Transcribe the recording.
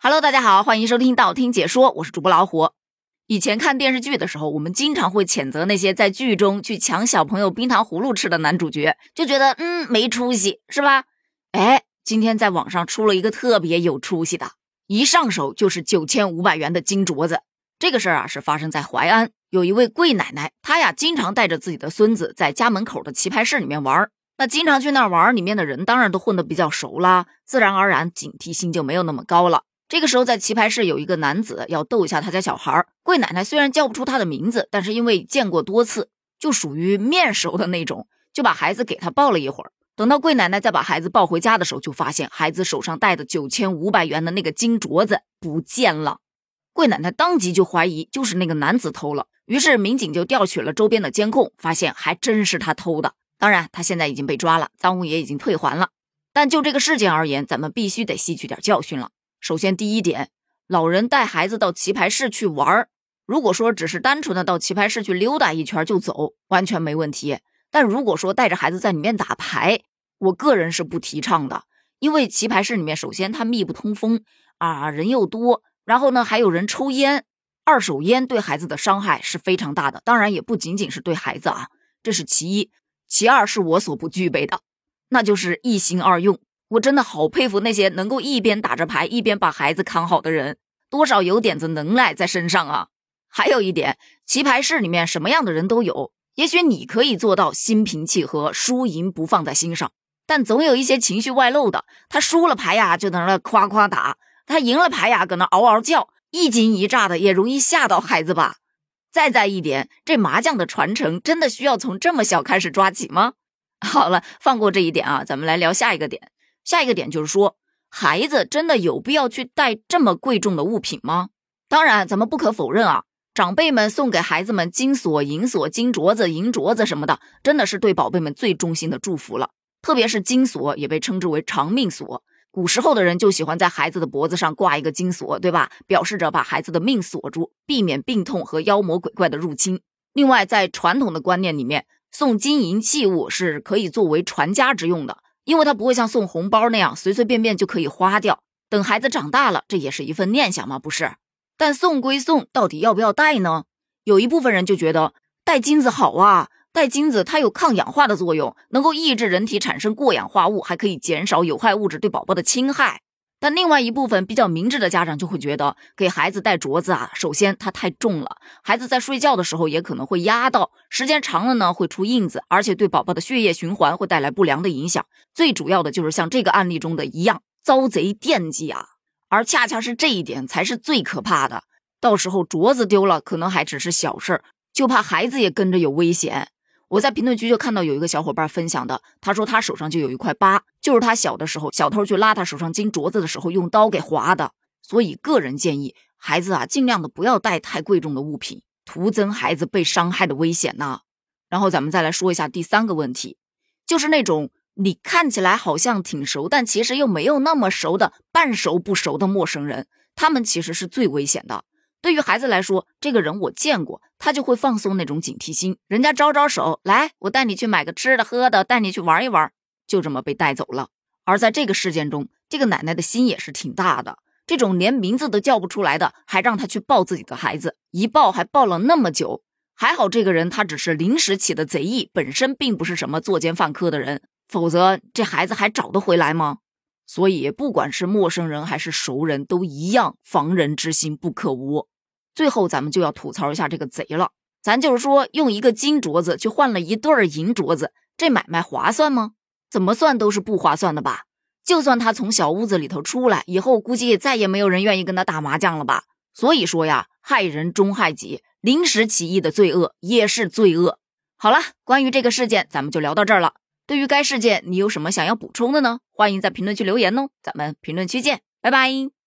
Hello， 大家好，欢迎收听道听解说，我是主播老虎。以前看电视剧的时候，我们经常会谴责那些在剧中去抢小朋友冰糖葫芦吃的男主角，就觉得没出息，是吧？今天在网上出了一个特别有出息的，一上手就是9500元的金镯子。这个事儿是发生在淮安，有一位贵奶奶，她经常带着自己的孙子在家门口的棋牌室里面玩。那经常去那儿玩，里面的人当然都混得比较熟啦，自然而然警惕性就没有那么高了。这个时候在棋牌室有一个男子要逗一下他家小孩，贵奶奶虽然叫不出他的名字，但是因为见过多次，就属于面熟的那种，就把孩子给他抱了一会儿。等到贵奶奶再把孩子抱回家的时候，就发现孩子手上戴的9500元的那个金镯子不见了。贵奶奶当即就怀疑就是那个男子偷了，于是民警就调取了周边的监控，发现还真是他偷的。当然他现在已经被抓了，赃物也已经退还了。但就这个事件而言，咱们必须得吸取点教训了。首先第一点，老人带孩子到棋牌室去玩，如果说只是单纯的到棋牌室去溜达一圈就走，完全没问题。但如果说带着孩子在里面打牌，我个人是不提倡的。因为棋牌室里面首先它密不通风人又多，然后呢还有人抽烟，二手烟对孩子的伤害是非常大的，当然也不仅仅是对孩子这是其一。其二是我所不具备的，那就是一心二用。我真的好佩服那些能够一边打着牌一边把孩子看好的人，多少有点子能耐在身上啊。还有一点，棋牌室里面什么样的人都有，也许你可以做到心平气和，输赢不放在心上，但总有一些情绪外露的，他输了牌就在那夸夸打，他赢了牌搁那嗷嗷叫，一惊一乍的，也容易吓到孩子吧。再一点，这麻将的传承真的需要从这么小开始抓起吗？好了，放过这一点咱们来聊下一个点。下一个点就是说，孩子真的有必要去带这么贵重的物品吗？当然咱们不可否认长辈们送给孩子们金锁、银锁、金镯子、银镯子什么的，真的是对宝贝们最衷心的祝福了。特别是金锁也被称之为长命锁，古时候的人就喜欢在孩子的脖子上挂一个金锁，对吧？表示着把孩子的命锁住，避免病痛和妖魔鬼怪的入侵。另外在传统的观念里面，送金银器物是可以作为传家之用的，因为它不会像送红包那样随随便便就可以花掉，等孩子长大了，这也是一份念想嘛，不是？但送归送，到底要不要带呢？有一部分人就觉得带金子好带金子它有抗氧化的作用，能够抑制人体产生过氧化物，还可以减少有害物质对宝宝的侵害。但另外一部分比较明智的家长就会觉得，给孩子戴镯子首先它太重了，孩子在睡觉的时候也可能会压到，时间长了呢会出印子，而且对宝宝的血液循环会带来不良的影响。最主要的就是像这个案例中的一样，遭贼惦记而恰恰是这一点才是最可怕的。到时候镯子丢了可能还只是小事儿，就怕孩子也跟着有危险。我在评论区就看到有一个小伙伴分享的，他说他手上就有一块疤，就是他小的时候小偷去拉他手上金镯子的时候用刀给划的。所以个人建议孩子尽量的不要带太贵重的物品，徒增孩子被伤害的危险然后咱们再来说一下第三个问题，就是那种你看起来好像挺熟，但其实又没有那么熟的半熟不熟的陌生人，他们其实是最危险的。对于孩子来说，这个人我见过，他就会放松那种警惕心，人家招招手，来，我带你去买个吃的喝的，带你去玩一玩，就这么被带走了。而在这个事件中，这个奶奶的心也是挺大的，这种连名字都叫不出来的，还让他去抱自己的孩子，一抱还抱了那么久。还好这个人他只是临时起的贼意，本身并不是什么作奸犯科的人，否则这孩子还找得回来吗？所以不管是陌生人还是熟人，都一样，防人之心不可无。最后咱们就要吐槽一下这个贼了，咱就是说用一个金镯子去换了一对银镯子，这买卖划算吗？怎么算都是不划算的吧。就算他从小屋子里头出来以后，估计再也没有人愿意跟他打麻将了吧。所以说害人终害己，临时起意的罪恶也是罪恶。好了，关于这个事件咱们就聊到这儿了。对于该事件你有什么想要补充的呢？欢迎在评论区留言咱们评论区见，拜拜。